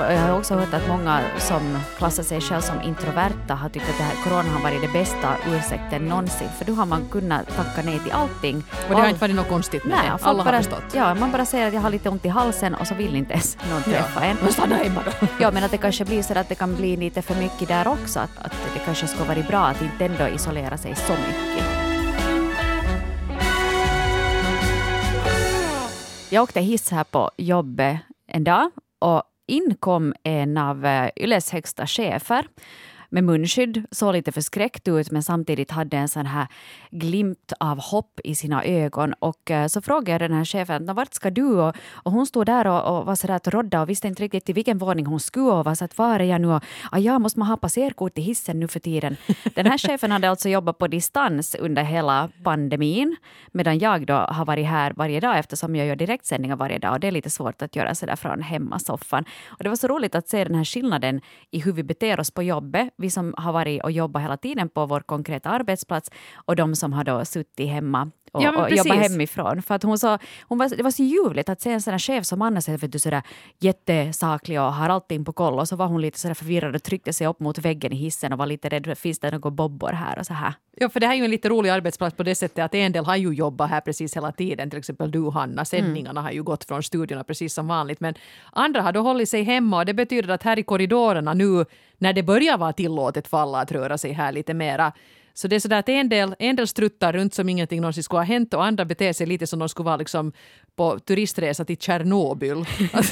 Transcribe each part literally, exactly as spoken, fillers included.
jag har också hört att många som klassar sig själv som introverta har tyckt att det här corona har varit det bästa ursäkten någonsin. För då har man kunnat tacka nej till allting. Och det har All... inte varit något konstigt med nej, det. Alla bara, har förstått. Ja, man bara säger att jag har lite ont i halsen och så vill inte ens någon träffa ja. en. Men stanna hemma då. Ja, men att det kanske blir så att det kan bli lite för mycket där också. Att, att det kanske ska vara bra att inte ändå isolera sig så mycket. Jag åkte hiss här på jobbet en dag och in kom en av Yles högsta chefer med munskydd, såg lite förskräckt ut men samtidigt hade en sån här glimt av hopp i sina ögon. Och uh, så frågade den här chefen, vart ska du? Och, och hon stod där och, och var sådär att rodda och visste inte riktigt till vilken våning hon skulle och var så att var är jag nu? Och ah, ja, måste man ha passerkort i hissen nu för tiden? Den här chefen hade alltså jobbat på distans under hela pandemin medan jag då har varit här varje dag eftersom jag gör direktsändningar varje dag och det är lite svårt att göra sådär från hemmasoffan. Och det var så roligt att se den här skillnaden i hur vi beter oss på jobbet. Vi som har varit och jobbat hela tiden på vår konkreta arbetsplats och de som har då suttit hemma och, ja, och jobbat hemifrån. För att hon så, hon var, det var så ljuvligt att se en sån här chef som Anna säger, för du sådär jättesaklig och har allting på koll. Och så var hon lite sådär förvirrad och tryckte sig upp mot väggen i hissen och var lite rädd, finns det några bobbor här och så här. Ja, för det här är ju en lite rolig arbetsplats på det sättet att en del har ju jobbat här precis hela tiden. Till exempel du, Hanna, sändningarna mm. har ju gått från studiorna precis som vanligt. Men andra har då hållit sig hemma och det betyder att här i korridorerna nu när det börjar vara tillåtet för alla att röra sig här lite mera. Så det är sådär att en del, en del struttar runt som ingenting någonsin skulle ha hänt och andra beter sig lite som de skulle vara liksom på turistresa till Tjernobyl.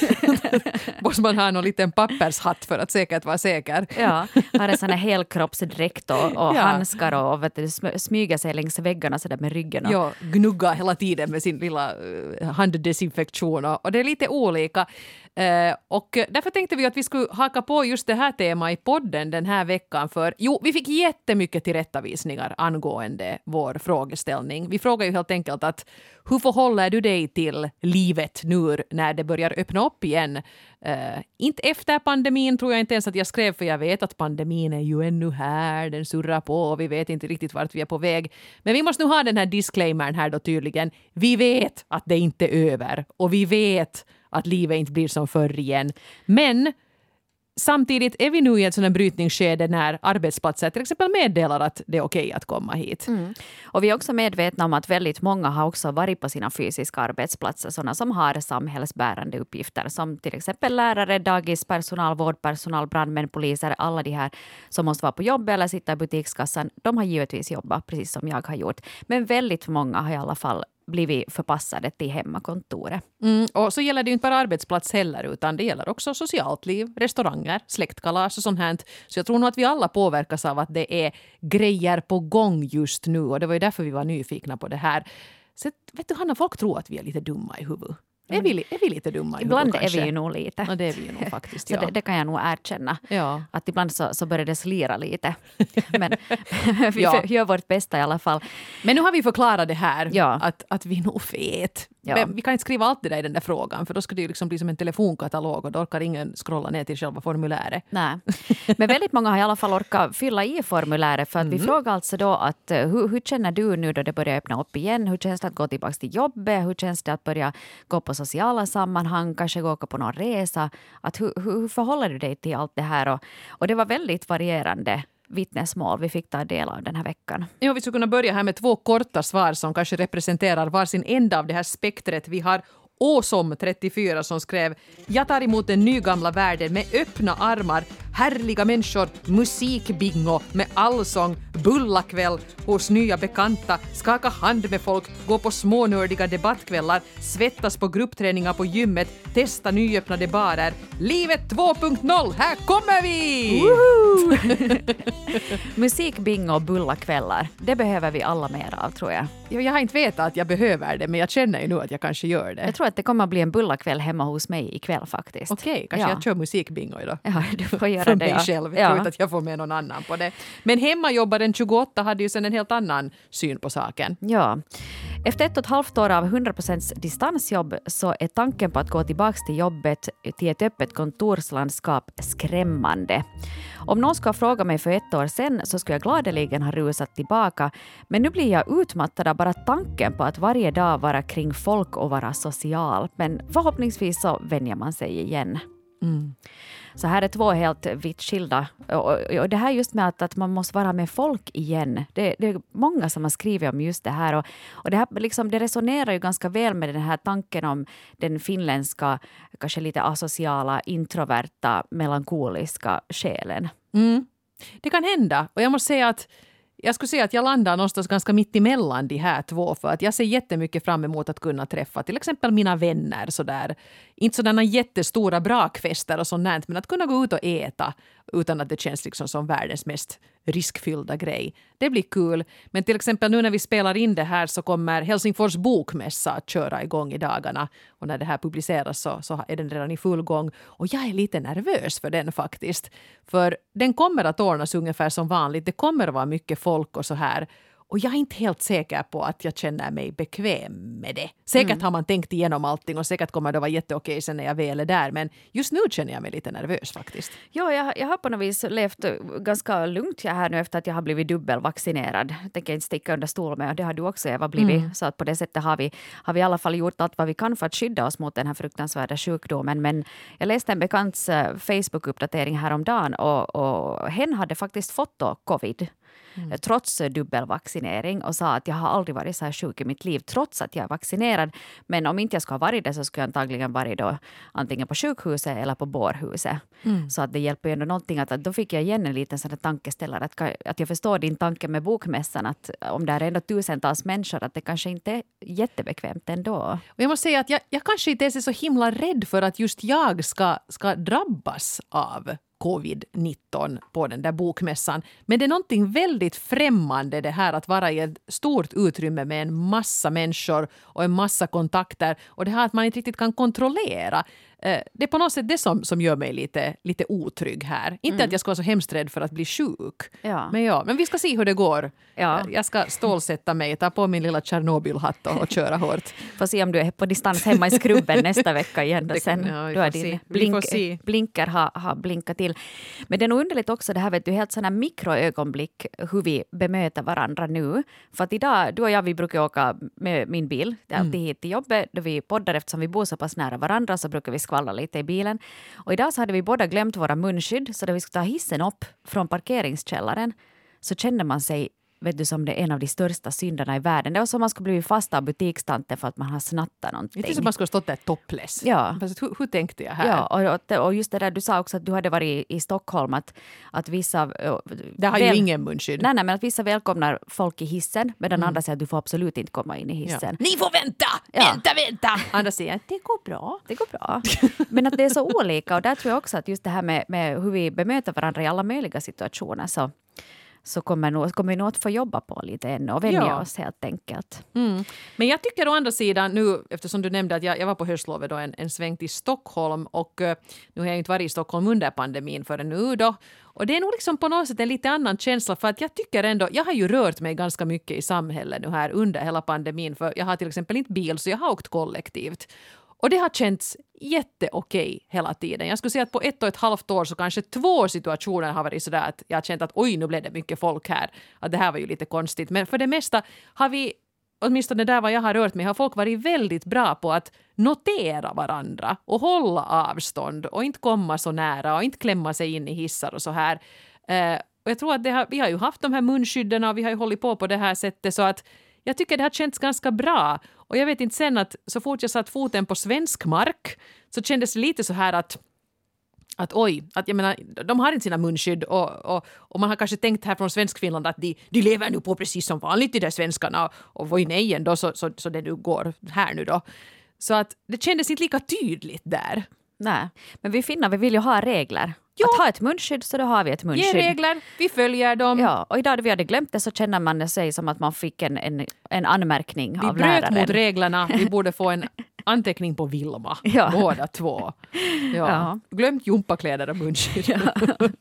Måste man ha någon liten pappershatt för att säkert vara säker. Ja, har en sån här helkroppsdräkt och, och ja. handskar och vet du, smyga sig längs väggarna så där med ryggen. Och... Ja, gnugga hela tiden med sin lilla uh, handdesinfektion och, och det är lite olika. Uh, och därför tänkte vi att vi skulle haka på just det här temat i podden den här veckan för jo, vi fick jättemycket tillrättavisningar angående vår frågeställning. Vi frågar ju helt enkelt att hur förhåller du dig till livet nu när det börjar öppna upp igen? Uh, inte efter pandemin tror jag inte ens att jag skrev för jag vet att pandemin är ju ännu här, den surrar på och vi vet inte riktigt vart vi är på väg. Men vi måste nu ha den här disclaimern här då tydligen. Vi vet att det inte är över och vi vet att livet inte blir som förr igen. Men samtidigt är vi nu i ett sådant brytningsskede när arbetsplatser till exempel meddelar att det är okej att komma hit. Mm. Och vi är också medvetna om att väldigt många har också varit på sina fysiska arbetsplatser, sådana som har samhällsbärande uppgifter som till exempel lärare, dagispersonal, vårdpersonal, brandmän, poliser, alla de här som måste vara på jobb eller sitta i butikskassan. De har givetvis jobbat precis som jag har gjort. Men väldigt många har i alla fall blivit förpassade till hemmakontoret. Mm, och så gäller det ju inte bara arbetsplats heller utan det gäller också socialt liv, restauranger, släktkalas och sånt här. Så jag tror nog att vi alla påverkas av att det är grejer på gång just nu och det var ju därför vi var nyfikna på det här. Så vet du Hanna, folk tror att vi är lite dumma i huvudet. Är vi, är vi lite dumma i ibland huvudet kanske? Ibland är vi ju nog lite. Ja, det är vi ju nog faktiskt, så ja. det, det kan jag nog erkänna. Ja. Att ibland så, så börjar det slira lite. Men vi ja. gör vårt bästa i alla fall. Men nu har vi förklarat det här. Ja. Att, att vi nog vet. Ja. Men vi kan inte skriva allt det där i den där frågan. För då skulle det ju liksom bli som en telefonkatalog. Och då orkar ingen scrolla ner till själva formuläret. Nej. Men väldigt många har i alla fall orkat fylla i formuläret. För att mm. vi frågar alltså då att hur, hur känner du nu då det börjar öppna upp igen? Hur känns det att gå tillbaka till jobbet? Hur känns det att börja gå på sociala sammanhang? Kanske gå på någon resa? Att hur, hur förhåller du dig till allt det här? Och, och det var väldigt varierande vittnesmål vi fick ta del av den här veckan. Ja, vi skulle kunna börja här med två korta svar som kanske representerar varsin ända av det här spektret. Vi har Åsom trettiofyra som skrev: jag tar emot den nygamla världen med öppna armar, härliga människor, musikbingo med allsång, bullakväll hos nya bekanta, skaka hand med folk, gå på smånördiga debattkvällar, svettas på gruppträningar på gymmet, testa nyöppnade barer. Livet två punkt noll, här kommer vi! Musikbingo och bullakvällar, det behöver vi alla mer av tror jag. Ja, jag har inte vetat att jag behöver det, men jag känner ju nu att jag kanske gör det. Jag tror att det kommer att bli en bullakväll hemma hos mig ikväll faktiskt. Okej, okay, kanske ja. jag kör musikbingo idag. Ja, du får göra för det. För mig själv. Jag ja. tror inte att jag får med någon annan på det. Men hemmajobbaren tjugoåtta hade ju sen en helt annan syn på saken. Ja. Efter ett och ett halvt år av hundra procent distansjobb så är tanken på att gå tillbaka till jobbet till ett öppet kontorslandskap skrämmande. Om någon ska fråga mig för ett år sedan så skulle jag gladeligen ha rusat tillbaka. Men nu blir jag utmattad av bara tanken på att varje dag vara kring folk och vara social. Men förhoppningsvis så vänjer man sig igen. Mm. Så här är två helt vitt skilda. Och, och, och det här just med att, att man måste vara med folk igen. Det, det är många som har skrivit om just det här. Och, och det, här liksom, det resonerar ju ganska väl med den här tanken om den finländska, kanske lite asociala, introverta, melankoliska själen. Mm. Det kan hända. Och jag måste säga att jag skulle säga att jag landar någonstans ganska mitt emellan de här två, för att jag ser jättemycket fram emot att kunna träffa till exempel mina vänner sådär. Inte sådana jättestora brakfester och sånt, men att kunna gå ut och äta utan att det känns liksom som världens mest riskfyllda grej. Det blir kul. Men till exempel nu när vi spelar in det här så kommer Helsingfors bokmässa att köra igång i dagarna. Och när det här publiceras så, så är den redan i full gång. Och jag är lite nervös för den faktiskt. För den kommer att ordnas ungefär som vanligt. Det kommer att vara mycket folk och så här. Och jag är inte helt säker på att jag känner mig bekväm med det. Säkert mm. har man tänkt igenom allting och säkert kommer det vara jätteokej sen när jag väl är där. Men just nu känner jag mig lite nervös faktiskt. Ja, jag, jag har på något vis levt ganska lugnt jag här nu efter att jag har blivit dubbelvaccinerad. Jag tänker inte sticka under stol med, och det har du också, Eva, blivit. Mm. Så att på det sättet har vi, har vi i alla fall gjort allt vad vi kan för att skydda oss mot den här fruktansvärda sjukdomen. Men jag läste en bekants Facebook-uppdatering häromdagen och, och hen hade faktiskt fått då covid. Mm. Trots dubbelvaccinering, och sa att jag har aldrig varit så här sjuk i mitt liv trots att jag är vaccinerad. Men om inte jag ska ha varit det så skulle jag antagligen varit då antingen på sjukhuset eller på bårhuset. Mm. Så att det hjälper ju ändå någonting. Att, att då fick jag igen en liten sån här tankeställare. Att, att jag förstår din tanke med bokmässan, att om det är ändå tusentals människor, att det kanske inte är jättebekvämt ändå. Och jag måste säga att jag, jag kanske inte är så himla rädd för att just jag ska, ska drabbas av covid nitton på den där bokmässan. Men det är någonting väldigt främmande det här att vara i ett stort utrymme med en massa människor och en massa kontakter. Och det här att man inte riktigt kan kontrollera. Det är på något sätt det som, som gör mig lite, lite otrygg här. Inte mm. att jag ska vara så hemskt rädd för att bli sjuk. Ja. Men, ja, men vi ska se hur det går. Ja. Jag ska stålsätta mig, ta på min lilla Tjernobylhatt och, och köra hårt. Får se om du är på distans hemma i skrubben nästa vecka igen. Och sen ja, då är din blink, blinker har ha blinkat till. Men det är nog underligt också det här, vet du, helt sådana mikroögonblick hur vi bemöter varandra nu. För att idag, du och jag, vi brukar åka med min bil. Det är alltid mm. hit till jobbet. Då vi poddar, eftersom vi bor så pass nära varandra så brukar vi skvallra lite i bilen. Och idag så hade vi båda glömt våra munskydd, så när vi skulle ta hissen upp från parkeringskällaren så kände man sig, vet du, som det är en av de största synderna i världen. Det var som man skulle bli fast av butikstanten för att man har snattat någonting. Det är som att man skulle stått där topless. Ja. Fast hur, hur tänkte jag här? Ja, och, och just det där du sa också att du hade varit i, i Stockholm, att, att vissa... Det har väl, ju ingen munskydd. Nej, nej, men att vissa välkomnar folk i hissen, medan mm. andra säger att du får absolut inte komma in i hissen. Ja. Ni får vänta! Ja. Vänta, vänta! Andra säger att det går bra. Det går bra. Men att det är så olika, och där tror jag också att just det här med, med hur vi bemöter varandra i alla möjliga situationer, så så kommer, nog, kommer vi nog att få jobba på lite ännu och vänja ja. oss helt enkelt. Mm. Men jag tycker å andra sidan nu, eftersom du nämnde att jag, jag var på höstlovet då en, en sväng till Stockholm, och uh, nu har jag inte varit i Stockholm under pandemin förrän nu då. Och det är nog liksom på något sätt en lite annan känsla, för att jag tycker ändå, jag har ju rört mig ganska mycket i samhället nu här under hela pandemin, för jag har till exempel inte bil så jag har åkt kollektivt. Och det har känts jätteokej hela tiden. Jag skulle säga att på ett och ett halvt år så kanske två situationer har varit sådär att jag har känt att oj, nu blev det mycket folk här. Att det här var ju lite konstigt. Men för det mesta har vi, åtminstone där vad jag har rört mig, har folk varit väldigt bra på att notera varandra och hålla avstånd och inte komma så nära och inte klämma sig in i hissar och så här. Eh, och jag tror att det har, vi har ju haft de här munskydden och vi har ju hållit på på det här sättet, så att jag tycker det har känts ganska bra. Och jag vet inte sen att så fort jag satt foten på svensk mark så kändes det lite så här att att oj, att jag menar, de har inte sina munskydd och, och, och man har kanske tänkt här från Svenskfinland att de, de lever nu på precis som vanligt, de där svenskarna, och, och vad nej ändå så, så, så det nu går här nu då. Så att det kändes inte lika tydligt där. Nej, men vi finnar, vi vill ju ha regler. Jo. Att ha ett munskydd, så då har vi ett munskydd. Ge regler, vi följer dem. Ja, och idag då vi hade glömt det så känner man sig som att man fick en, en, en anmärkning vi av läraren. Vi bröt mot reglerna, vi borde få en anteckning på Vilma, ja. båda två. Ja. Ja. Glömt jumpakläder och munskydd. Ja.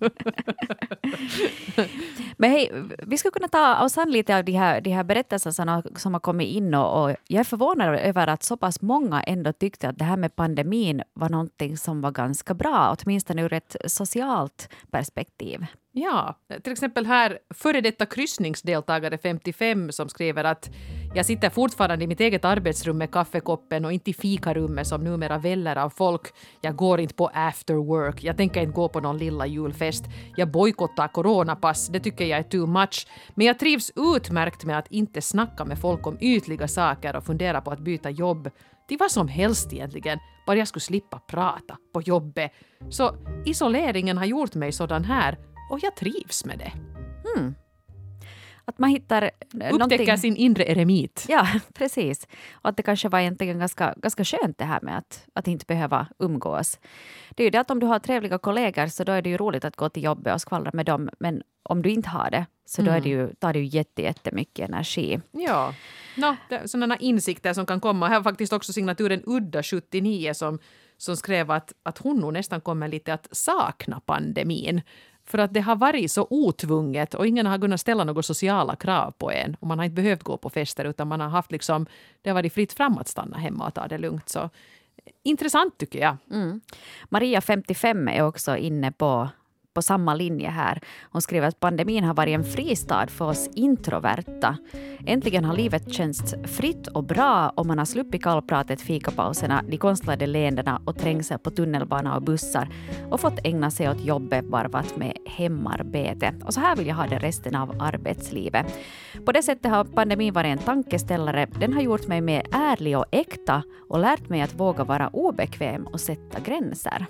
Men hej, vi ska kunna ta oss an lite av de här, de här berättelserna som har kommit in, och, och jag är förvånad över att så pass många ändå tyckte att det här med pandemin var någonting som var ganska bra, åtminstone ur ett socialt perspektiv. Ja, till exempel här före detta kryssningsdeltagare femtiofem som skriver att jag sitter fortfarande i mitt eget arbetsrum med kaffekoppen och inte i fikarummet som numera väller av folk. Jag går inte på after work. Jag tänker inte gå på någon lilla julfest. Jag bojkottar coronapass. Det tycker jag är too much. Men jag trivs utmärkt med att inte snacka med folk om ytliga saker och fundera på att byta jobb. Det var som helst egentligen. Bara jag skulle slippa prata på jobbet. Så isoleringen har gjort mig sådan här. Och jag trivs med det. Hmm. Att man hittar Upptäcker någonting... sin inre eremit. Ja, precis. Och att det kanske var egentligen ganska, ganska skönt det här med att, att inte behöva umgås. Det är ju det att om du har trevliga kollegor så då är det ju roligt att gå till jobbet och skvallra med dem. Men om du inte har det så då är det ju, tar det ju jätte, jättemycket energi. Ja, no, sådana insikter som kan komma. Här var faktiskt också signaturen Udda sjuttionio som, som skrev att, att hon nog nästan kommer lite att sakna pandemin. För att det har varit så otvunget och ingen har kunnat ställa några sociala krav på en. Och man har inte behövt gå på fester utan man har haft liksom, det har varit fritt fram att stanna hemma och ta det lugnt. Så intressant tycker jag. Mm. Maria femtiofem är också inne på, på samma linje här. Hon skriver att pandemin har varit en fristad för oss introverta. Äntligen har livet känts fritt och bra och man har sluppit kallpratet, fikapauserna, de konstlade leendena och trängsel på tunnelbana och bussar och fått ägna sig åt jobbet varvat med hemarbete. Och så här vill jag ha det resten av arbetslivet. På det sättet har pandemin varit en tankeställare. Den har gjort mig mer ärlig och äkta och lärt mig att våga vara obekväm och sätta gränser.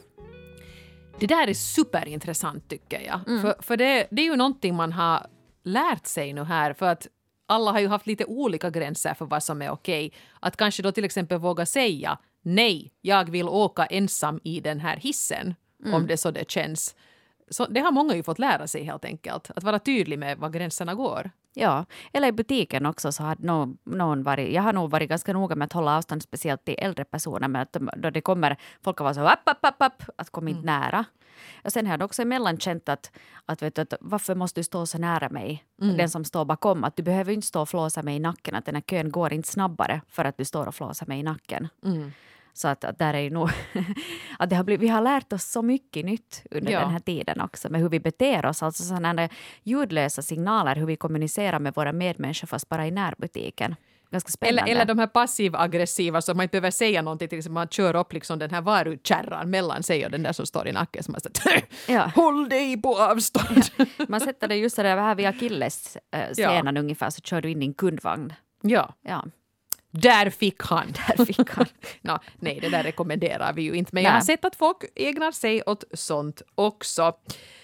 Det där är superintressant tycker jag. Mm. För, för det, det är ju någonting man har lärt sig nu här. För att alla har ju haft lite olika gränser för vad som är okej. Att kanske då till exempel våga säga nej, jag vill åka ensam i den här hissen. Mm. Om det så det känns. Så det har många ju fått lära sig helt enkelt. Att vara tydlig med var gränserna går. Ja, eller i butiken också så har någon, någon varit, jag har nog varit ganska noga med att hålla avstånd speciellt till äldre personer, men att då det kommer, folk har varit så app, app, app, app, att komma inte mm. nära. Och sen har jag också emellan känt att, att, vet du, att varför måste du stå så nära mig, mm. den som står bakom, att du behöver inte stå och flåsa mig i nacken, att den här kön går inte snabbare för att du står och flåsar mig i nacken. Mm. Så att, att där är ju nog att det har blivit, vi har lärt oss så mycket nytt under ja. den här tiden också med hur vi beter oss, alltså sådana ljudlösa signaler, hur vi kommunicerar med våra medmänniskor fast bara i närbutiken. Ganska spännande. Eller, eller de här passiv-aggressiva som man inte behöver säga någonting, till exempel man kör upp liksom den här varukärran mellan sig och den där som står i nacken som man säger ja. håll dig på avstånd. Ja. Man sätter det just där här via Killes äh, scenen ja. ungefär så kör du in i en kundvagn. Ja. Ja. Där fick han. Där fick han. no, nej, det där rekommenderar vi ju inte. Men nej. Jag har sett att folk ägnar sig åt sånt också.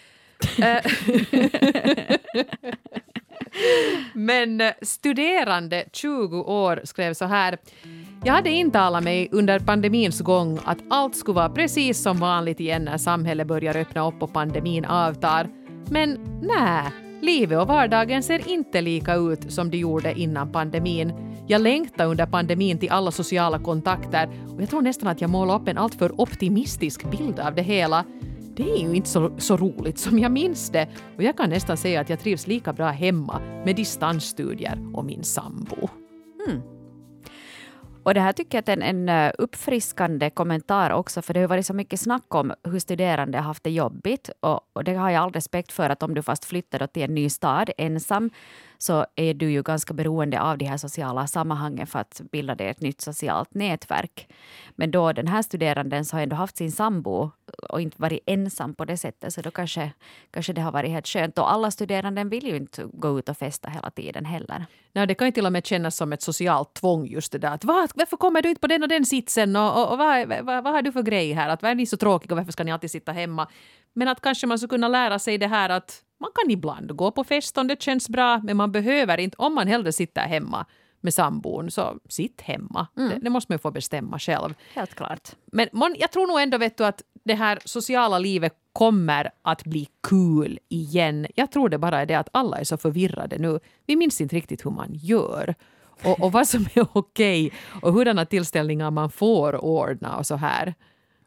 Men studerande tjugo år skrev så här. Jag hade intalat mig under pandemins gång att allt skulle vara precis som vanligt igen när samhället börjar öppna upp och pandemin avtar. Men nej, livet och vardagen ser inte lika ut som det gjorde innan pandemin. Jag längtar under pandemin till alla sociala kontakter och jag tror nästan att jag målar upp en alltför optimistisk bild av det hela. Det är ju inte så, så roligt som jag minns det och jag kan nästan säga att jag trivs lika bra hemma med distansstudier och min sambo. Mm. Och det här tycker jag är en, en uppfriskande kommentar också, för det har varit så mycket snack om hur studerande har haft det jobbigt och, och det har jag all respekt för, att om du fast flyttar till en ny stad ensam så är du ju ganska beroende av de här sociala sammanhangen för att bilda dig ett nytt socialt nätverk. Men då den här studeranden så har ändå haft sin sambo och inte varit ensam på det sättet, så då kanske, kanske det har varit helt skönt. Och alla studerande vill ju inte gå ut och festa hela tiden heller. Nej, det kan ju till och med kännas som ett socialt tvång just det där. Att, vad, varför kommer du inte på den och den sitsen och, och, och vad, vad, vad har du för grej här? Att, vad är ni så tråkiga och varför ska ni alltid sitta hemma? Men att kanske man ska kunna lära sig det här att man kan ibland gå på fest om det känns bra, men man behöver inte, om man hellre sitter hemma med sambon, så sitt hemma. Mm. Det, det måste man ju få bestämma själv. Helt klart. Men man, jag tror nog ändå vet du, att det här sociala livet kommer att bli kul igen. Jag tror det bara är det att alla är så förvirrade nu. Vi minns inte riktigt hur man gör. Och, och vad som är okej. Och hurdana tillställningar man får ordna och så här.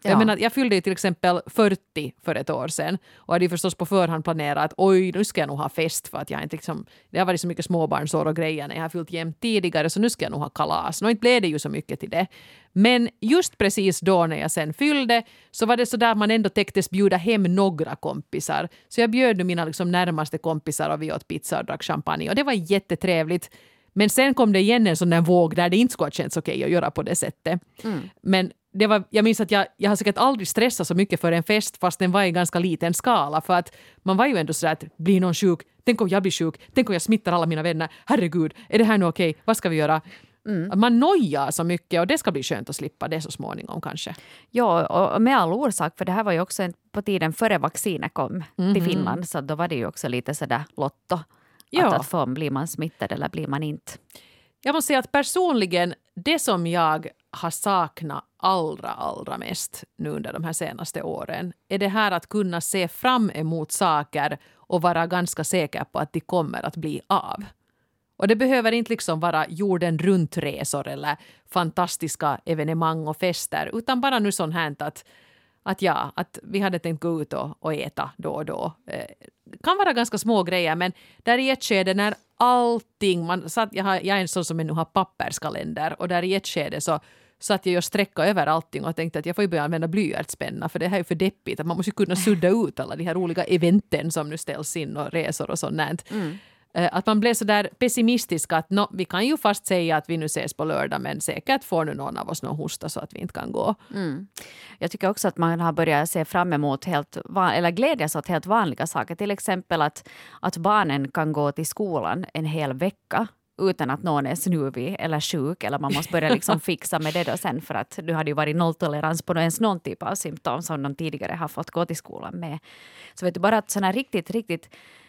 Ja. Jag menar, jag fyllde ju till exempel fyrtio för ett år sedan och hade ju förstås på förhand planerat att oj, nu ska jag nog ha fest för att jag inte liksom, det har varit så mycket småbarnsår och grejer när jag har fyllt jämt tidigare, så nu ska jag nog ha kalas. Nu inte blev det ju så mycket till det. Men just precis då när jag sen fyllde så var det så där man ändå täcktes bjuda hem några kompisar. Så jag bjöd nu mina liksom närmaste kompisar och vi åt pizza och drack champagne och det var jättetrevligt. Men sen kom det igen en sån där våg där det inte skulle ha känts okej att göra på det sättet. Mm. Men det var, jag minns att jag, jag har säkert aldrig stressat så mycket för en fest fast den var i ganska liten skala, för att man var ju ändå sådär att blir någon sjuk, tänk om jag blir sjuk, tänk om jag smittar alla mina vänner, herregud, är det här nu okej, vad ska vi göra? Mm. Man nojar så mycket och det ska bli skönt att slippa det så småningom kanske. Ja, och med all orsak, för det här var ju också på tiden före vaccinet kom mm-hmm. till Finland, så då var det ju också lite sådär lotto. Ja. Att, att få, blir man smittad eller blir man inte? Jag måste säga att personligen, det som jag har saknat allra, allra mest nu under de här senaste åren är det här att kunna se fram emot saker och vara ganska säker på att de kommer att bli av. Och det behöver inte liksom vara jorden runt resor eller fantastiska evenemang och fester, utan bara nu sånt här att Att ja, att vi hade tänkt gå ut och, och äta då och då. Eh, kan vara ganska små grejer, men där i ett skede när allting, man satt, jag, har, jag är en sån som nu har papperskalender, och där i ett skede så satt jag och sträckade över allting och tänkte att jag får ju börja använda blyertspenna, för det här är för deppigt, att man måste kunna sudda ut alla de här olika eventen som nu ställs in och resor och sånt. Mm. Att man blev så där pessimistisk att no, vi kan ju fast säga att vi nu ses på lördag, men säkert får nu någon av oss någon hosta så att vi inte kan gå. Mm. Jag tycker också att man har börjat se fram emot helt van- eller glädjas åt helt vanliga saker. Till exempel att, att barnen kan gå till skolan en hel vecka utan att någon är snuvig eller sjuk, eller man måste börja liksom fixa med det då sen, för att du hade ju varit nolltolerans på ens någon typ av symptom som de tidigare har fått gå till skolan med. Så vet du, bara att sådana riktigt, riktigt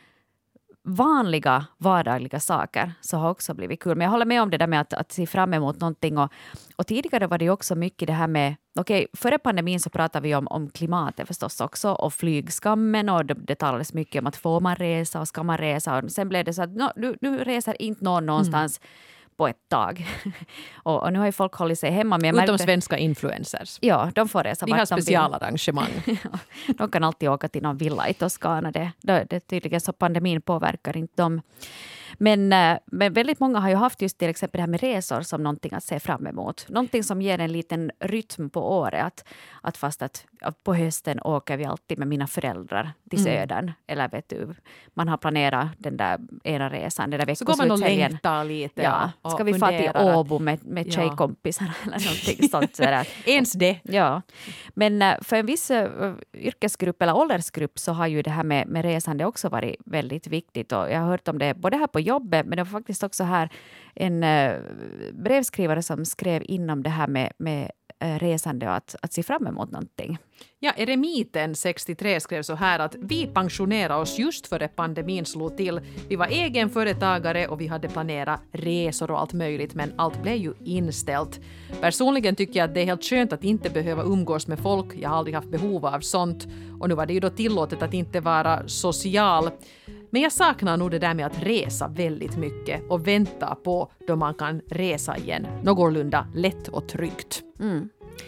vanliga vardagliga saker så har också blivit kul. Men jag håller med om det där med att, att se fram emot någonting. Och, och tidigare var det också mycket det här med, okej, före pandemin så pratade vi om, om klimatet förstås också och flygskammen, och det, det talades mycket om att får man resa och ska man resa. Och sen blev det så att no, nu, nu reser inte någon någonstans mm. på ett tag. och, och nu har ju folk hållit sig hemma. Men utom märkte, svenska influencers. Ja, de får resa. De har specialarrangemang. De kan alltid åka till någon villa i Toscana. Det, det, det tydligen så pandemin påverkar inte dem. Men, men väldigt många har ju haft just till exempel det här med resor som någonting att se fram emot. Någonting som ger en liten rytm på året. Att, att fast att på hösten åker vi alltid med mina föräldrar till södern. Mm. Eller vet du, man har planerat den där ena resan. Den där veckoslutshelgen. Så går man och längtar lite. Ja, och ska vi få till Åbo med, med ja. tjejkompisar eller någonting sånt. Sådär. Ens det. Ja, men för en viss uh, yrkesgrupp eller åldersgrupp så har ju det här med, med resande också varit väldigt viktigt. Och jag har hört om det både här på jobbet, men det var faktiskt också här en uh, brevskrivare som skrev inom det här med, med uh, resande och att, att se fram emot någonting. Ja, Eremiten sextiotre skrev så här att vi pensionerade oss just före pandemin slog till. Vi var egenföretagare och vi hade planerat resor och allt möjligt, men allt blev ju inställt. Personligen tycker jag att det är helt skönt att inte behöva umgås med folk. Jag har aldrig haft behov av sånt, och nu var det ju då tillåtet att inte vara social. Men jag saknar nog det där med att resa väldigt mycket och vänta på då man kan resa igen. Någorlunda lätt och tryggt. Mm.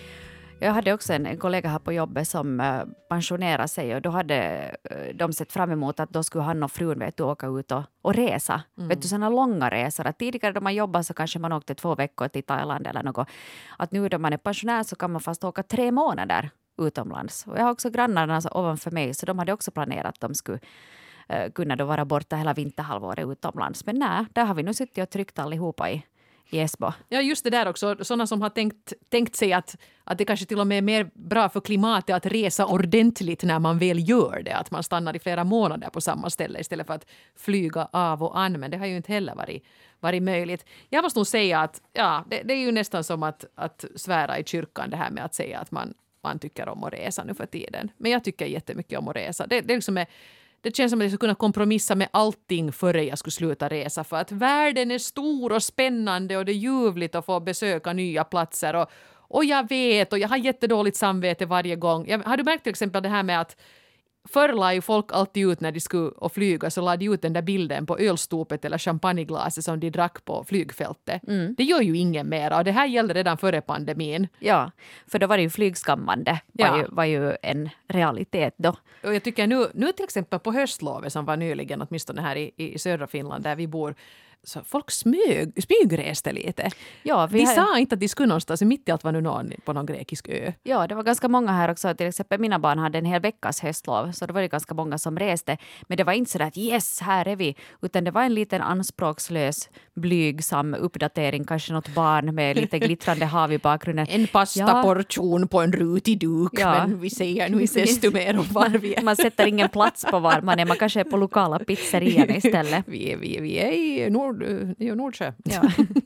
Jag hade också en, en kollega här på jobbet som uh, pensionerade sig, och då hade uh, de sett fram emot att då skulle han och frun vet du, åka ut och, och resa. Mm. Vet du, sådana långa resor. Att tidigare då man jobbar så kanske man åkte två veckor till Thailand eller något. Att nu då man är pensionär så kan man fast åka tre månader utomlands. Och jag har också grannarna alltså, ovanför mig, så de hade också planerat att de skulle uh, kunna då vara borta hela vinterhalvåret utomlands. Men nej, där har vi nu suttit och tryckt allihopa i i Esbo. Ja, just det där också. Sådana som har tänkt, tänkt sig att, att det kanske till och med är mer bra för klimatet att resa ordentligt när man väl gör det. Att man stannar i flera månader på samma ställe istället för att flyga av och an. Men det har ju inte heller varit, varit möjligt. Jag måste nog säga att ja, det, det är ju nästan som att, att svära i kyrkan det här med att säga att man, man tycker om att resa nu för tiden. Men jag tycker jättemycket om att resa. Det, det liksom är Det känns som att jag skulle kunna kompromissa med allting före jag skulle sluta resa. För att världen är stor och spännande och det är ljuvligt att få besöka nya platser. Och, och jag vet, och jag har jättedåligt samvete varje gång. Jag, har du märkt till exempel det här med att förr la ju folk alltid ut när de skulle och flyga, så la de ut den där bilden på ölstopet eller champagneglaset som de drack på flygfältet. Mm. Det gör ju ingen mer, och det här gällde redan före pandemin. Ja, för då var det ju flygskammande, var, ja. ju, var ju en realitet då. Och jag tycker nu, nu till exempel på höstlovet som var nyligen, åtminstone här i, i södra Finland där vi bor, så folk smyg, smygreste lite. Ja, vi de har... sa inte att de skulle någonstans, mitt i allt var nu någon på någon grekisk ö. Ja, det var ganska många här också. Till exempel mina barn hade en hel veckas höstlov, så det var det ganska många som reste. Men det var inte så där att yes, här är vi, utan det var en liten anspråkslös, blygsam uppdatering, kanske något barn med lite glittrande hav i bakgrunden. En pastaportion ja. på en rutig duk, ja. men vi säger nu inte desto mer om var vi är. Man sätter ingen plats på var man är, man kanske är på lokala pizzerian istället. vi, är, vi, vi är i Nord i Nordsjö. Ja.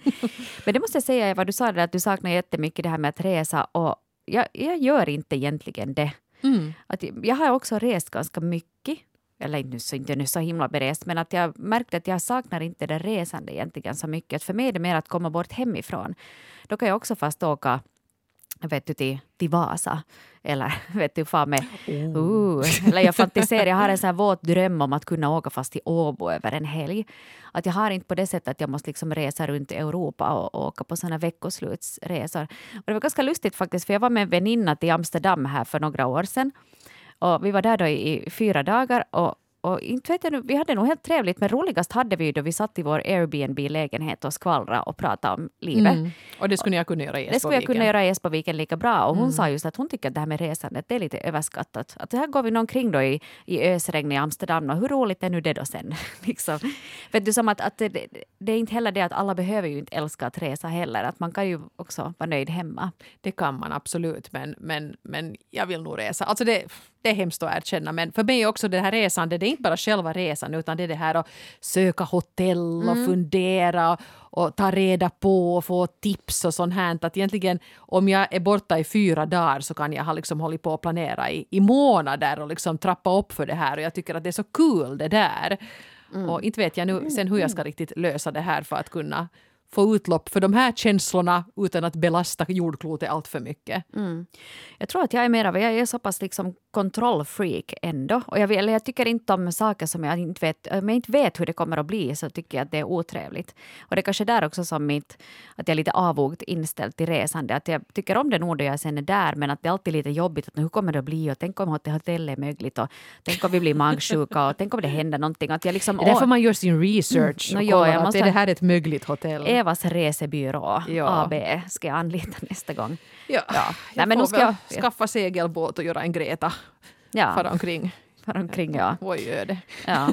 Men det måste jag säga, vad du sa det, att du saknar jättemycket det här med att resa, och jag, jag gör inte egentligen det. Mm. Att jag har också rest ganska mycket, eller inte nu, så, inte nu så himla berest, men att jag märkte att jag saknar inte det resande egentligen så mycket. Att för mig är det mer att komma bort hemifrån. Då kan jag också fast åka vet du, till, till Vasa. Eller vet du, fan med... Oh. Uh, eller jag fantiserar, jag har en sån här våt dröm om att kunna åka fast till Åbo över en helg. Att jag har inte på det sättet att jag måste liksom resa runt i Europa och, och åka på såna veckoslutsresor. Och det var ganska lustigt faktiskt, för jag var med en väninna till Amsterdam här för några år sedan. Och vi var där då i, i fyra dagar och Och inte vet jag nu, vi hade nog helt trevligt, men roligast hade vi då vi satt i vår Airbnb-lägenhet och skvallra och pratade om livet. Mm. Och det skulle jag kunna göra i Esboviken. Det skulle jag kunna göra i Esboviken lika bra. Och hon mm. sa just att hon tycker att det här med resandet, det är lite överskattat. Att här går vi omkring då i, i ösregn i Amsterdam, och hur roligt är nu det då sen? liksom. Vet du, som att, att det, det är inte heller det att alla behöver ju inte älska att resa heller. Att man kan ju också vara nöjd hemma. Det kan man absolut, men, men, men jag vill nog resa. Alltså det... Det är hemskt att erkänna, men för mig också det här resande, det är inte bara själva resan, utan det är det här att söka hotell och mm. fundera och ta reda på och få tips och sånt här. Att egentligen om jag är borta i fyra dagar så kan jag ha liksom hållit på att planera i, i månader och liksom trappa upp för det här, och jag tycker att det är så kul det där. Mm. Och inte vet jag nu sen hur jag ska riktigt lösa det här för att kunna få utlopp för de här känslorna utan att belasta jordklotet allt för mycket. Mm. Jag tror att jag är mer av, jag är så pass liksom kontrollfreak ändå. Och jag, eller jag tycker inte om saker som jag inte vet, om jag inte vet hur det kommer att bli, så tycker jag att det är otrevligt. Och det är kanske där också som mitt, att jag är lite avvogt inställd till resande. Att jag tycker om det nog då jag sen är där, men att det är alltid lite jobbigt. Att hur kommer det att bli? Och tänk om hotellet är möjligt. Och tänk om vi blir magsjuka. Och tänk om det händer någonting. Att jag liksom, det är därför man gör sin research. Mm. Och no, jo, jag måste, att är det här ett mögligt hotell? Evas resebyrå, ja. A B, ska jag anlita nästa gång. Ja, ja. Nej, men får nu ska jag skaffa segelbåt och göra en Greta. Ja. Fara omkring. Fara omkring, ja. Oj, öde. Ja.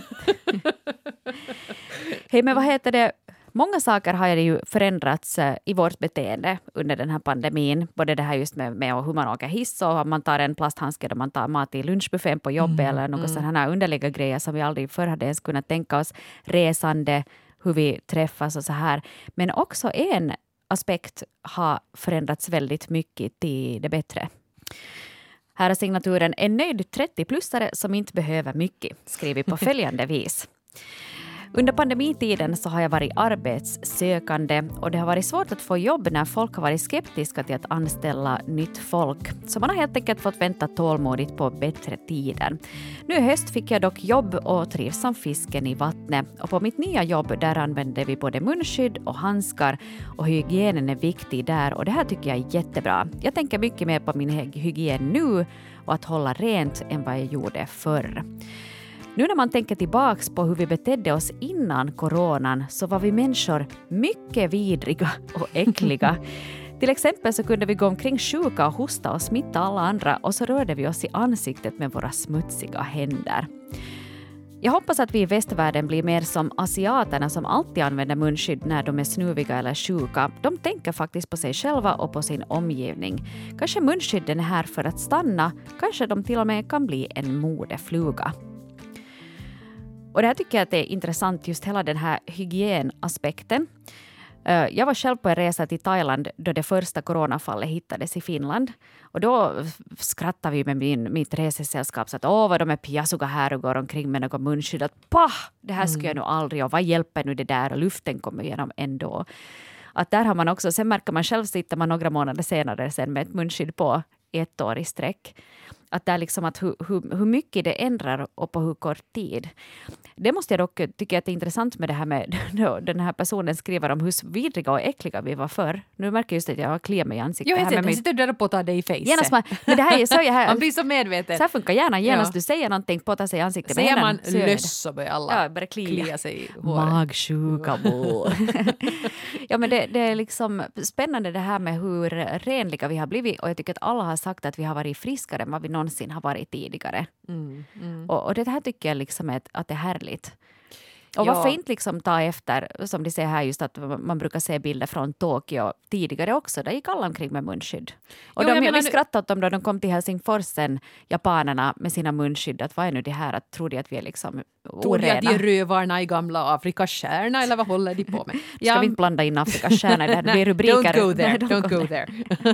Hej, men vad heter det? Många saker har ju förändrats i vårt beteende under den här pandemin. Både det här just med, med hur man åker hiss och om man tar en plasthandske då man tar mat i lunchbuffén på jobbet mm, eller något mm. sådana här underliga grejer som vi aldrig förr hade ens kunnat tänka oss. Resande, hur vi träffas och så här. Men också en aspekt har förändrats väldigt mycket till det bättre. Här är signaturen en nöjd trettio-plussare som inte behöver mycket, skriver på följande vis. Under pandemitiden så har jag varit arbetssökande och det har varit svårt att få jobb när folk har varit skeptiska till att anställa nytt folk. Så man har helt enkelt fått vänta tålmodigt på bättre tider. Nu i höst fick jag dock jobb och trivs som fisken i vattnet. Och på mitt nya jobb där använder vi både munskydd och handskar och hygienen är viktig där och det här tycker jag är jättebra. Jag tänker mycket mer på min hygien nu och att hålla rent än vad jag gjorde förr. Nu när man tänker tillbaks på hur vi betedde oss innan coronan så var vi människor mycket vidriga och äckliga. Till exempel så kunde vi gå omkring sjuka och hosta och smitta alla andra och så rörde vi oss i ansiktet med våra smutsiga händer. Jag hoppas att vi i västvärlden blir mer som asiaterna som alltid använder munskydd när de är snuviga eller sjuka. De tänker faktiskt på sig själva och på sin omgivning. Kanske munskydden är här för att stanna, kanske de till och med kan bli en modefluga. Och det här tycker jag att det är intressant, just hela den här hygienaspekten. Jag var själv på en resa till Thailand då det första coronafallet hittades i Finland. Och då skrattade vi med min, mitt resesällskap så att åh vad de är pjasuga här och går omkring med någon munskydd. Att pah, det här skulle jag nog aldrig och vad hjälper nu det där och luften kommer igenom ändå. Att där har man också, sen märker man själv sitter man några månader senare sen med ett munskydd på ett år i sträck. Att det är liksom att hur, hur, hur mycket det ändrar och på hur kort tid. Det måste jag dock tycka att det är intressant med det här med den här personen skriver om hur vidriga och äckliga vi var förr. Nu märker jag just att jag har kliat mig i ansiktet. Jo, jag här ser, med jag sitter där och potar dig i face. Genast man, men det här är så jag här. Man blir så medveten. Så här funkar gärna. Genast Ja. du säger någonting, potar sig i ansiktet. Säger med man så gör jag löss så börjar alla Ja, börjar klia. klia sig i håret. Magsjuka bo. Ja, men det, det är liksom spännande det här med hur renliga vi har blivit. Och jag tycker att alla har sagt att vi har varit friskare än vad vi någonsin har varit tidigare. Mm, mm. Och, och det här tycker jag liksom är, att det är härligt. Och Ja. varför inte liksom ta efter, som de säger här just att man brukar se bilder från Tokyo tidigare också, där gick alla omkring med munskydd. Och Jo, de, jag jag menar vi nu- skrattade åt dem då de kom till Helsingfors sen, japanerna med sina munskydd, att vad är nu det här, att tror de att vi är liksom Tror de att orena? de är rövarna i gamla Afrikas stjärna eller vad håller de på med? Ska vi inte blanda in Afrikas stjärna i det här? Det blir rubriker. Don't go there, Nej, don't go there.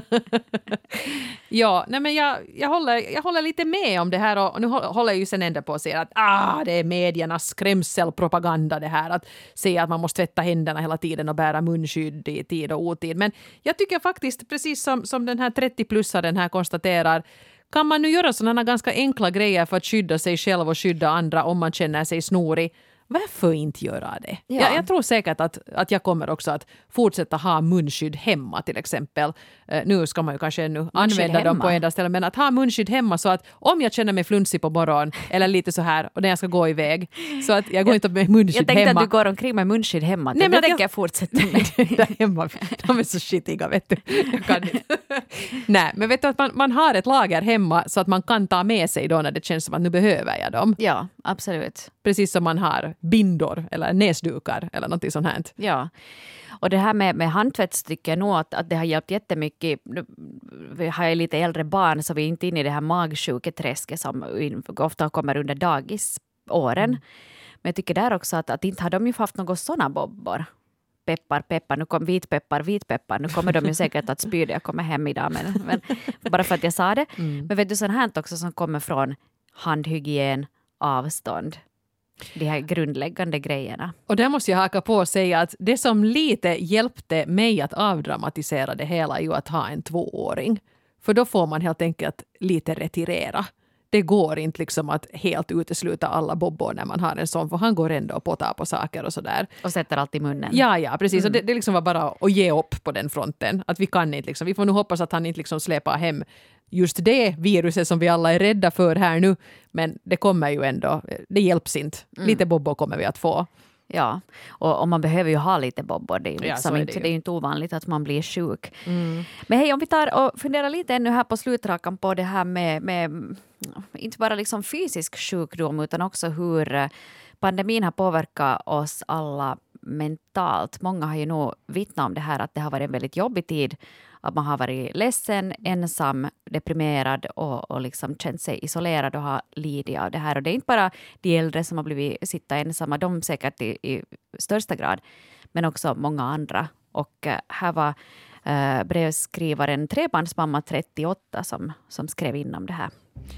Ja, nej men jag, jag, håller, jag håller lite med om det här och nu håller jag ju sen ändå på att säga att ah, det är mediernas skrämselpropaganda det här att säga att man måste tvätta händerna hela tiden och bära munskydd i tid och otid. Men jag tycker faktiskt, precis som, som den här trettio-plussaren här konstaterar, kan man nu göra sådana ganska enkla grejer för att skydda sig själv och skydda andra om man känner sig snorig? Varför inte göra det? Ja. Jag, jag tror säkert att, att jag kommer också att fortsätta ha munskydd hemma till exempel. Uh, nu ska man ju kanske ännu använda dem på hemma. enda ställen, men att ha munskydd hemma så att om jag känner mig flunsig på morgonen eller lite så här och när jag ska gå iväg så att jag går inte med munskydd Jag tänkte hemma. att du går omkring med munskydd hemma. Nej, Det men tänker jag- jag fortsätta med. Där hemma, de är så skitiga, vet du. Jag kan inte. Nej, men vet du att man, man har ett lager hemma så att man kan ta med sig då när det känns som att nu behöver jag dem. Ja, absolut. Precis som man har bindor eller näsdukar eller något sånt här. Ja, och det här med, med handtvätt tycker jag nog att, att det har hjälpt jättemycket. Nu vi har ju lite äldre barn så vi är inte inne i det här magsjuketräsket som in- ofta kommer under dagisåren. Mm. Men jag tycker där också att, att inte har de ju haft några sådana bobbor. Peppar, peppar, nu kom vitpeppar, vitpeppar. Nu kommer de ju säkert att spy det jag kommer hem idag. Men, men bara för att jag sa det. Mm. Men vet du sånt här också som kommer från handhygien, avstånd. De här grundläggande grejerna. Och där måste jag haka på och säga att det som lite hjälpte mig att avdramatisera det hela är ju att ha en tvååring. För då får man helt enkelt lite retirera. Det går inte liksom att helt utesluta alla bobbor när man har en sån, för han går ändå på ta på saker och sådär. Och sätter allt i munnen. Ja, ja, precis. Mm. Och det, det liksom var bara att ge upp på den fronten. Att vi kan inte liksom, vi får nu hoppas att han inte liksom släpar hem just det viruset som vi alla är rädda för här nu. Men det kommer ju ändå, det hjälps inte. Mm. Lite bobbor kommer vi att få. Ja, och, och man behöver ju ha lite bobbor. Det är, ju Ja, liksom så är det inte, ju. det är ju inte ovanligt att man blir sjuk. Mm. Men hej, om vi tar och funderar lite ännu här på slutrakan på det här med, med inte bara liksom fysisk sjukdom utan också hur eh, pandemin har påverkat oss alla mentalt. Många har ju nog vittnat om det här att det har varit en väldigt jobbig tid. Att man har varit ledsen, ensam, deprimerad och, och liksom känt sig isolerad och har lidit av det här. Och det är inte bara de äldre som har blivit sitta ensamma, de säkert i, i största grad, men också många andra. Och eh, här var eh, brevskrivaren trebarnsmamma trettioåtta som, som skrev in om det här.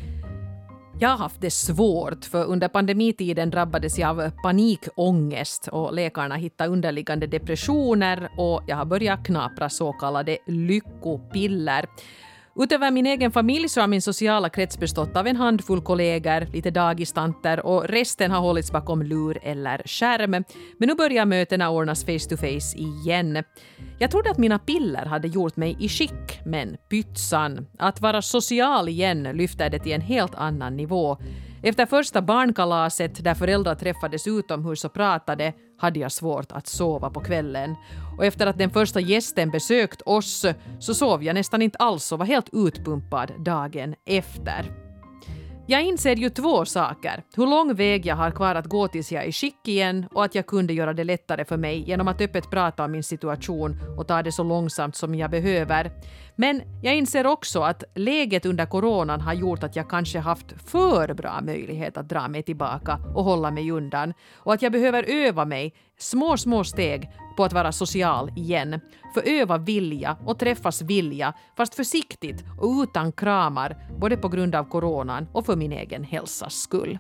Jag har haft det svårt för under pandemitiden drabbades jag av panikångest och läkarna hittade underliggande depressioner och jag har börjat knapra så kallade lyckopiller. Utöver min egen familj så har min sociala krets bestått av en handfull kollegor, lite dagistanter och resten har hållits bakom lur eller skärm. Men nu börjar mötena ordnas face to face igen. Jag trodde att mina piller hade gjort mig i skick, men pytsan. Att vara social igen lyfter det till en helt annan nivå. Efter första barnkalaset där föräldrar träffades utomhus och pratade hade jag svårt att sova på kvällen. Och efter att den första gästen besökt oss så sov jag nästan inte alls och var helt utpumpad dagen efter. Jag inser ju två saker. Hur lång väg jag har kvar att gå tills jag är skick igen och att jag kunde göra det lättare för mig genom att öppet prata om min situation och ta det så långsamt som jag behöver. Men jag inser också att läget under coronan har gjort att jag kanske haft för bra möjlighet att dra mig tillbaka och hålla mig undan. Och att jag behöver öva mig små, små steg på att vara social igen. För öva vilja och träffas vilja, fast försiktigt och utan kramar, både på grund av coronan och för min egen hälsas skull.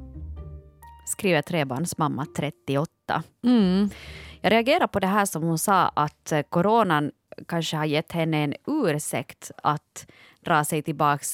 Skriver trebarnsmamma trettioåtta. Mm. Jag reagerar på det här som hon sa att eh, coronan kanske har gett henne en ursäkt att dra sig tillbaks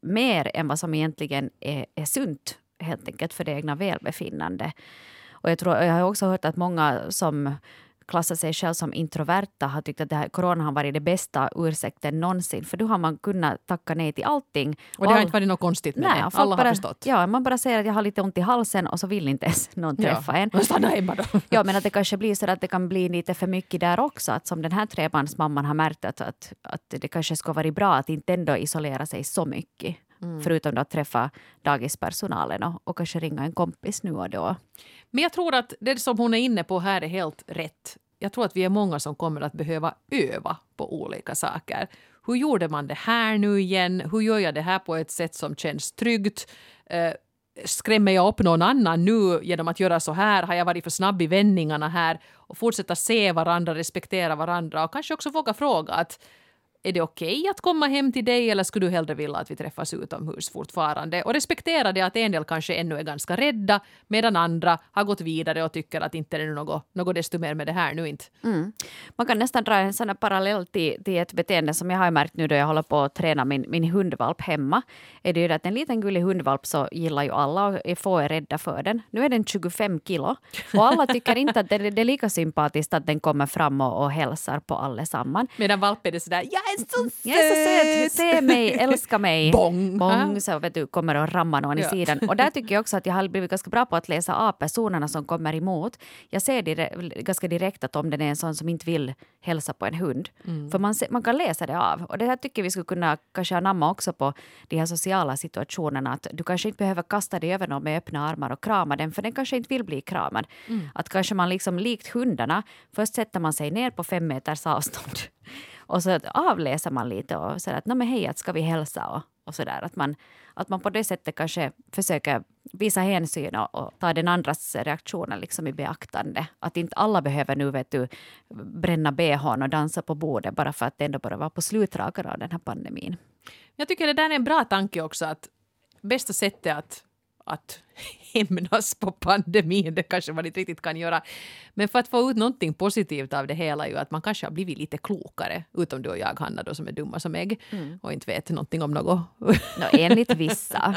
mer än vad som egentligen är, är sunt helt enkelt för det egna välbefinnande. Och jag, tror, jag har också hört att många som klassar sig själv som introverta har tyckt att det här, corona har varit det bästa ursäkten någonsin. För då har man kunnat tacka nej till allting. Och det har inte varit något konstigt med nej, det. Alla bara, har förstått. Ja, man bara säger att jag har lite ont i halsen och så vill inte ens någon träffa ja. en. Stanna hemma då. Ja, men att det kanske blir så att det kan bli lite för mycket där också. Att som den här trebarnsmamman har märkt att, att, att det kanske ska vara bra att inte ändå isolera sig så mycket. Mm. Förutom att träffa dagispersonalen och, och kanske ringa en kompis nu och då. Men jag tror att det som hon är inne på här är helt rätt. Jag tror att vi är många som kommer att behöva öva på olika saker. Hur gjorde man det här nu igen? Hur gör jag det här på ett sätt som känns tryggt? Eh, skrämmer jag upp någon annan nu genom att göra så här? Har jag varit för snabb i vändningarna här? Och fortsätta se varandra, respektera varandra och kanske också våga fråga att är det okej okay att komma hem till dig eller skulle du hellre vilja att vi träffas utomhus fortfarande? Och respektera det att en del kanske ännu är ganska rädda medan andra har gått vidare och tycker att inte det är något, något desto mer med det här nu inte. Mm. Man kan nästan dra en sån här parallell till, till ett beteende som jag har märkt nu då jag håller på att träna min, min hundvalp hemma. Är det ju att en liten gullig hundvalp så gillar ju alla och är få är rädda för den. Nu är den tjugofem kilo och alla tycker inte att det, det är lika sympatiskt att den kommer fram och, och hälsar på allesammans. Medan valp är det sådär, ja! Så jag är så söt, se mig, älska mig. Bong. Bong, så vet du, kommer och ramma någon ja. i sidan. Och där tycker jag också att jag har blivit ganska bra på att läsa av personerna som kommer emot. Jag ser dire- ganska direkt att om den är en sån som inte vill hälsa på en hund. Mm. För man, man kan läsa det av. Och det här tycker vi skulle kunna kanske anamma också på de här sociala situationerna. Att du kanske inte behöver kasta dig över någon med öppna armar och krama den, för den kanske inte vill bli kramad. Mm. Att kanske man liksom likt hundarna, först sätter man sig ner på fem meters avstånd. Och så avläser man lite och säger att nej men hej, att ska vi hälsa och, och sådär. Att man, att man på det sättet kanske försöker visa hänsyn och, och ta den andras reaktioner liksom i beaktande. Att inte alla behöver nu vet du, bränna behån och dansa på bordet bara för att det ändå bara var på slutrakan av den här pandemin. Jag tycker det där är en bra tanke också, att bästa sättet att att hämnas på pandemin, det kanske man inte riktigt kan göra. Men för att få ut någonting positivt av det hela är ju att man kanske har blivit lite klokare, utom du och jag, Hanna, då, som är dumma som ägg mm. och inte vet någonting om något. No, enligt vissa.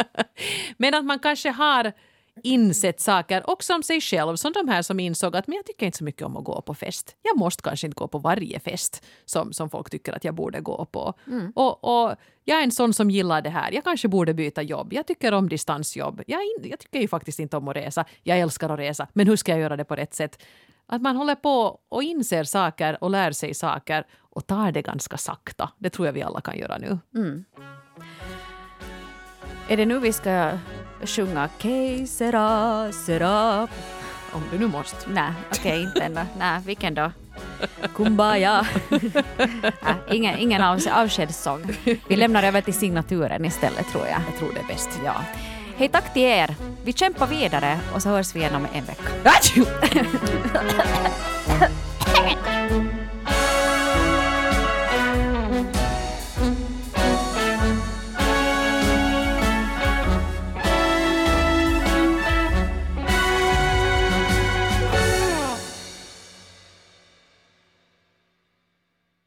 Men att man kanske har insett saker också om sig själv, som de här som insåg att men jag tycker inte så mycket om att gå på fest. Jag måste kanske inte gå på varje fest som, som folk tycker att jag borde gå på. Mm. Och, och jag är en sån som gillar det här. Jag kanske borde byta jobb. Jag tycker om distansjobb. Jag, in, jag tycker ju faktiskt inte om att resa. Jag älskar att resa. Men hur ska jag göra det på rätt sätt? Att man håller på och inser saker och lär sig saker och tar det ganska sakta. Det tror jag vi alla kan göra nu. Mm. Är det nu vi ska sjunga Que sera, sera? Om du nu måste. Nej, okej, okay, inte ändå. Nej, vilken då? Kumbaya. Nej, ingen ingen av, avskedssång. Vi lämnar över till signaturen istället, tror jag. Jag tror det är bäst. Ja. Hej, tack till er. Vi kämpar vidare och så hörs vi igen om en vecka.